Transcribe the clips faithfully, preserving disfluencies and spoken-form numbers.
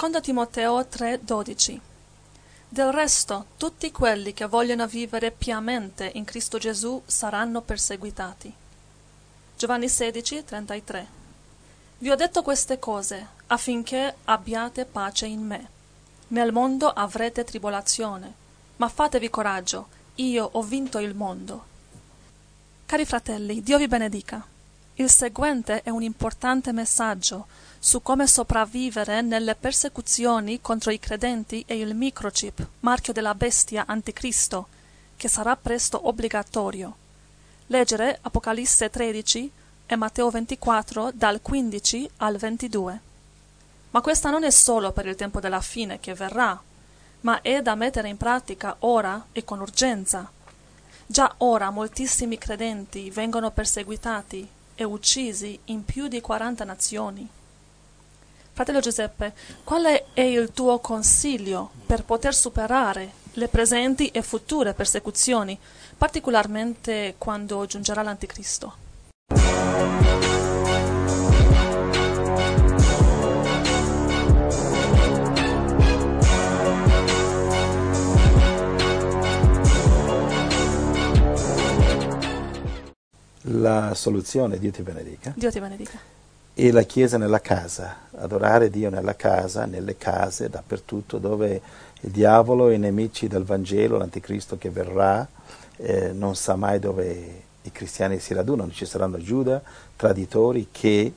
Secondo Timoteo tre dodici. Del resto, tutti quelli che vogliono vivere piamente in Cristo Gesù saranno perseguitati. Giovanni sedici trentatré. Vi ho detto queste cose affinché abbiate pace in me. Nel mondo avrete tribolazione, ma fatevi coraggio, io ho vinto il mondo. Cari fratelli, Dio vi benedica. Il seguente è un importante messaggio su come sopravvivere nelle persecuzioni contro i credenti e il microchip, marchio della bestia anticristo, che sarà presto obbligatorio. Leggere Apocalisse tredici e Matteo ventiquattro dal quindici al ventidue. Ma questa non è solo per il tempo della fine che verrà, ma è da mettere in pratica ora e con urgenza. Già ora moltissimi credenti vengono perseguitati e uccisi in più di quaranta nazioni. Fratello Giuseppe, quale è il tuo consiglio per poter superare le presenti e future persecuzioni, particolarmente quando giungerà l'Anticristo? La soluzione, Dio ti benedica, Dio ti benedica. è la Chiesa nella casa, adorare Dio nella casa, nelle case, dappertutto, dove il diavolo e i nemici del Vangelo, l'Anticristo che verrà, eh, non sa mai dove i cristiani si radunano. Ci saranno Giuda, traditori che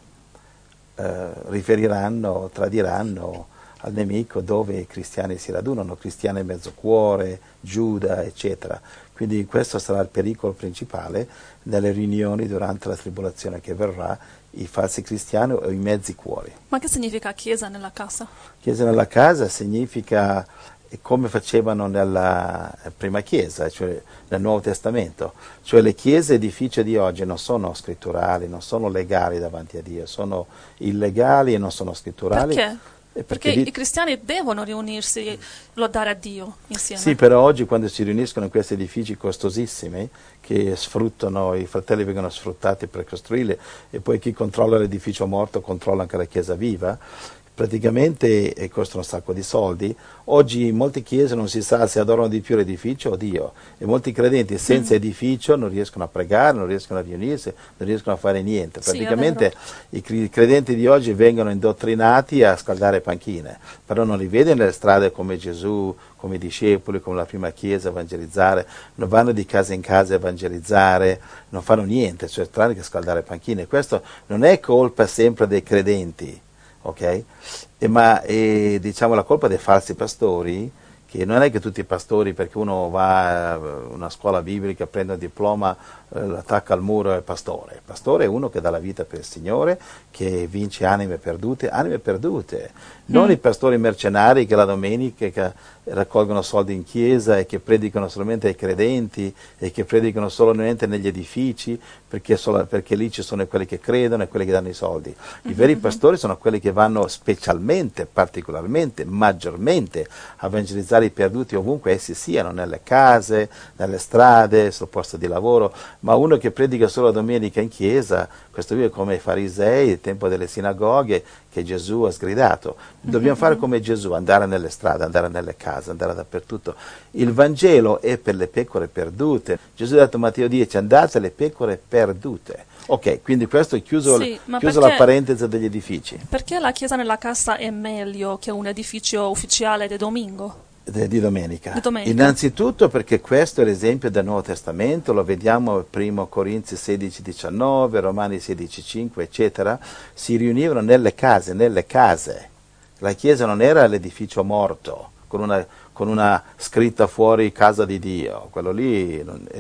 eh, riferiranno, tradiranno al nemico dove i cristiani si radunano, cristiani mezzo cuore, Giuda, eccetera. Quindi questo sarà il pericolo principale nelle riunioni durante la tribolazione che verrà, i falsi cristiani o i mezzi cuori. Ma che significa chiesa nella casa? Chiesa nella casa significa come facevano nella prima chiesa, cioè nel Nuovo Testamento. Cioè le chiese edifici di oggi non sono scritturali, non sono legali davanti a Dio, sono illegali e non sono scritturali. Perché? Perché, Perché di... i cristiani devono riunirsi e lodare a Dio insieme. Sì, però oggi quando si riuniscono in questi edifici costosissimi, che sfruttano, i fratelli vengono sfruttati per costruirli, e poi chi controlla l'edificio morto controlla anche la chiesa viva, praticamente eh, costano un sacco di soldi. Oggi in molte chiese non si sa se adorano di più l'edificio o Dio, e molti credenti senza mm. edificio non riescono a pregare, non riescono a riunirsi, non riescono a fare niente. Praticamente sì, i credenti di oggi vengono indottrinati a scaldare panchine, però non li vede nelle strade come Gesù, come i discepoli, come la prima chiesa a evangelizzare, non vanno di casa in casa a evangelizzare, non fanno niente, cioè tranne che scaldare panchine. Questo non è colpa sempre dei credenti, ok? E, ma è, diciamo, la colpa dei falsi pastori, che non è che tutti i pastori, perché uno va a una scuola biblica, prende un diploma, eh, attacca al muro è pastore. Il pastore è uno che dà la vita per il Signore, che vince anime perdute, anime perdute, non mm. i pastori mercenari che la domenica che raccolgono soldi in chiesa e che predicano solamente ai credenti e che predicano solamente negli edifici, perché, solo, perché lì ci sono quelli che credono e quelli che danno i soldi. I mm-hmm. veri pastori sono quelli che vanno specialmente, particolarmente, maggiormente a evangelizzare i perduti ovunque essi siano, nelle case, nelle strade, sul posto di lavoro. Ma uno che predica solo la domenica in chiesa, questo vive come i farisei, il tempo delle sinagoghe che Gesù ha sgridato. Dobbiamo mm-hmm. fare come Gesù, andare nelle strade, andare nelle case, andare dappertutto. Il Vangelo è per le pecore perdute. Gesù ha detto a Matteo dieci, andate alle pecore perdute. Ok, quindi questo è chiuso, sì, chiuso la parentesi degli edifici. Perché la chiesa nella casa è meglio che un edificio ufficiale di domingo? Di domenica. di domenica. Innanzitutto perché questo è l'esempio del Nuovo Testamento, lo vediamo primo Corinzi sedici diciannove, Romani sedici cinque, eccetera. Si riunivano nelle case, nelle case. La chiesa non era l'edificio morto, con una, con una scritta fuori casa di Dio. Quello lì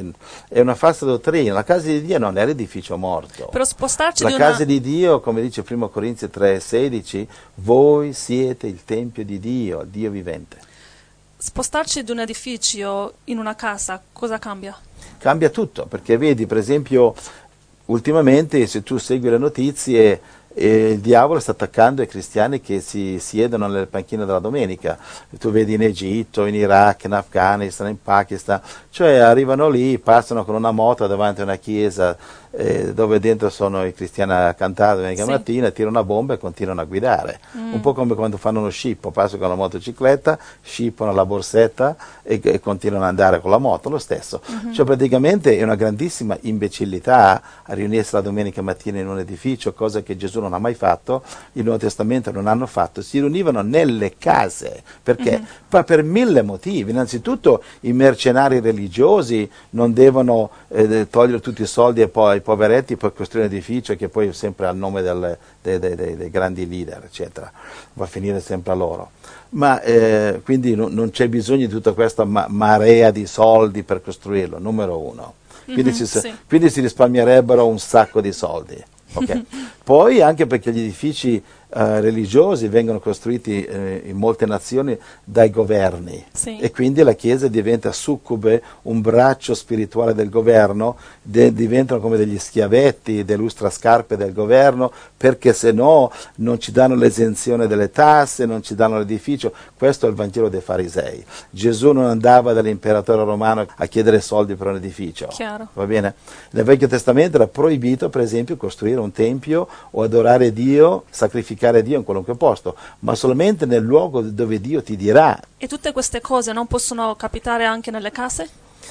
è una falsa dottrina. La casa di Dio non è l'edificio morto. Però spostarci la di casa una... di Dio, come dice primo Corinzi tre sedici, voi siete il tempio di Dio, Dio vivente. Spostarci di un edificio in una casa, cosa cambia? Cambia tutto, perché vedi, per esempio, ultimamente, se tu segui le notizie, eh, il diavolo sta attaccando i cristiani che si siedono nelle panchine della domenica. Tu vedi in Egitto, in Iraq, in Afghanistan, in Pakistan, cioè arrivano lì, passano con una moto davanti a una chiesa eh, dove dentro sono i cristiani a cantare domenica Sì. mattina, tirano una bomba e continuano a guidare. Mm. Un po' come quando fanno uno scippo, passano con la motocicletta, scippano la borsetta e, e continuano ad andare con la moto, lo stesso. Mm-hmm. Cioè praticamente è una grandissima imbecillità a riunirsi la domenica mattina in un edificio, cosa che Gesù non ha mai fatto, il Nuovo Testamento non hanno fatto, si riunivano nelle case, perché? Mm-hmm. Per mille motivi. Innanzitutto i mercenari religiosi non devono eh, togliere tutti i soldi e poi ai poveretti per costruire un edificio che poi è sempre al nome del, dei, dei, dei, dei grandi leader, eccetera, va a finire sempre a loro. Ma eh, quindi no, non c'è bisogno di tutta questa ma- marea di soldi per costruirlo, numero uno. Quindi, mm-hmm, si, sì. quindi si risparmierebbero un sacco di soldi. Okay. Poi anche perché gli edifici eh, religiosi vengono costruiti eh, in molte nazioni dai governi, sì. E quindi la Chiesa diventa succube, un braccio spirituale del governo, de- diventano come degli schiavetti, delle lustrascarpe del governo, perché se no non ci danno l'esenzione delle tasse, non ci danno l'edificio. Questo è il Vangelo dei farisei. Gesù non andava dall'imperatore romano a chiedere soldi per un edificio. Chiaro. Va bene? Nel Vecchio Testamento era proibito, per esempio, costruire un tempio o adorare Dio, sacrificare Dio in qualunque posto, ma solamente nel luogo dove Dio ti dirà. E tutte queste cose non possono capitare anche nelle case?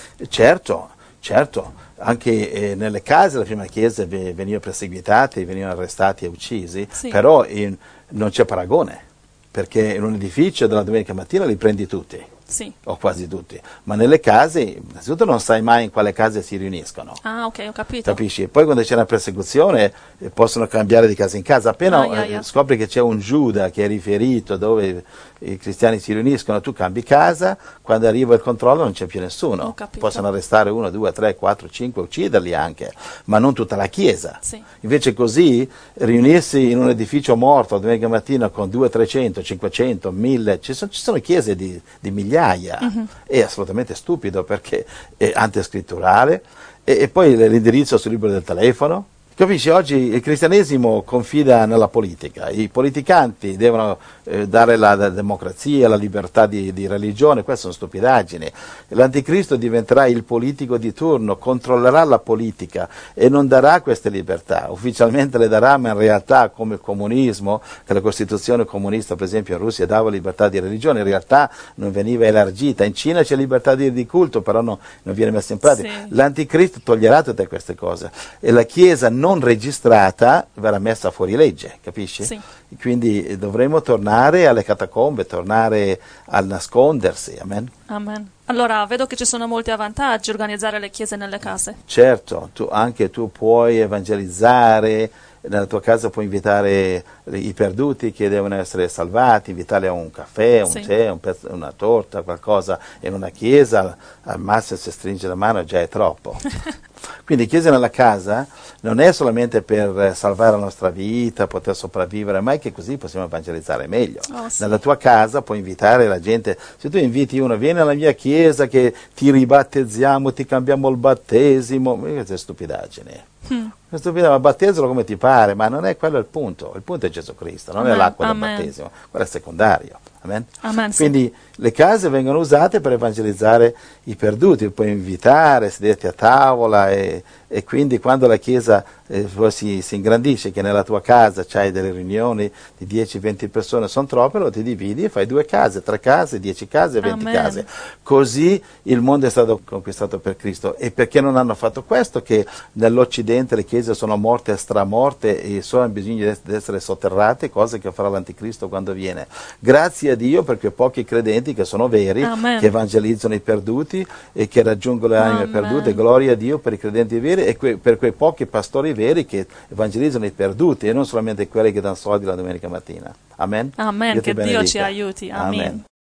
Certo, certo. Anche eh, nelle case la prima Chiesa venivano perseguitati, venivano arrestati e uccisi, sì. Però in, non c'è paragone, perché in un edificio della domenica mattina li prendi tutti. Sì. O quasi tutti, ma nelle case, innanzitutto non sai mai in quale case si riuniscono. Ah, ok, ho capito. Capisci? Poi quando c'è una persecuzione eh, possono cambiare di casa in casa. Appena ah, yeah, yeah. Eh, scopri che c'è un Giuda che è riferito dove i cristiani si riuniscono, tu cambi casa, quando arriva il controllo non c'è più nessuno. Possono arrestare uno, due, tre, quattro, cinque, ucciderli anche, ma non tutta la Chiesa. Sì. Invece così, riunirsi in un edificio morto domenica mattina con duecento, trecento, cinquecento, mille, ci sono, ci sono chiese di, di migliaia. Mm-hmm. È assolutamente stupido perché è antiscritturale e, e poi l'indirizzo sul libro del telefono. Capisci, oggi il cristianesimo confida nella politica, i politicanti devono eh, dare la, la democrazia, la libertà di, di religione, queste sono stupidaggini. L'anticristo diventerà il politico di turno, controllerà la politica e non darà queste libertà, ufficialmente le darà, ma in realtà come il comunismo, che la Costituzione comunista per esempio in Russia dava libertà di religione, in realtà non veniva elargita. In Cina c'è libertà di, di culto, però no, non viene messa in pratica. Sì. L'anticristo toglierà tutte queste cose e la Chiesa non non registrata verrà messa fuori legge, capisci? Sì. Quindi dovremo tornare alle catacombe, tornare a nascondersi, amen? Amen. Allora, vedo che ci sono molti vantaggi organizzare le chiese nelle case. Certo, tu, anche tu puoi evangelizzare, nella tua casa puoi invitare i perduti che devono essere salvati, invitarli a un caffè, un sì. tè, un pezzo, una torta, qualcosa in una chiesa, al massimo se stringe la mano già è troppo. Quindi chiesa nella casa non è solamente per salvare la nostra vita, poter sopravvivere, ma è che così possiamo evangelizzare meglio. Oh, sì. Nella tua casa puoi invitare la gente, se tu inviti uno, vieni alla mia chiesa che ti ribattezziamo, ti cambiamo il battesimo, queste stupidaggini. Hmm. Ma battezzalo come ti pare, ma non è quello il punto, il punto è Gesù Cristo, non Amen. È l'acqua Amen. Del battesimo, quello è secondario. Amen? Amen, quindi sì. Le case vengono usate per evangelizzare i perduti, puoi invitare, sederti a tavola e, e quindi quando la Chiesa eh, si, si ingrandisce, che nella tua casa c'hai delle riunioni di dieci venti persone, sono troppe, lo ti dividi e fai due case, tre case, dieci case, venti Amen. Case. Così il mondo è stato conquistato per Cristo. E perché non hanno fatto questo? Che nell'Occidente le chiese sono morte e stramorte e solo hanno bisogno di essere sotterrate, cose che farà l'Anticristo quando viene. Grazie a Dio per quei pochi credenti che sono veri, Amen. Che evangelizzano i perduti e che raggiungono le anime Amen. Perdute. Gloria a Dio per i credenti veri e que- per quei pochi pastori veri che evangelizzano i perduti e non solamente quelli che danno soldi la domenica mattina. Amen. Amen. Dio che Dio ci aiuti. Amen. Amen.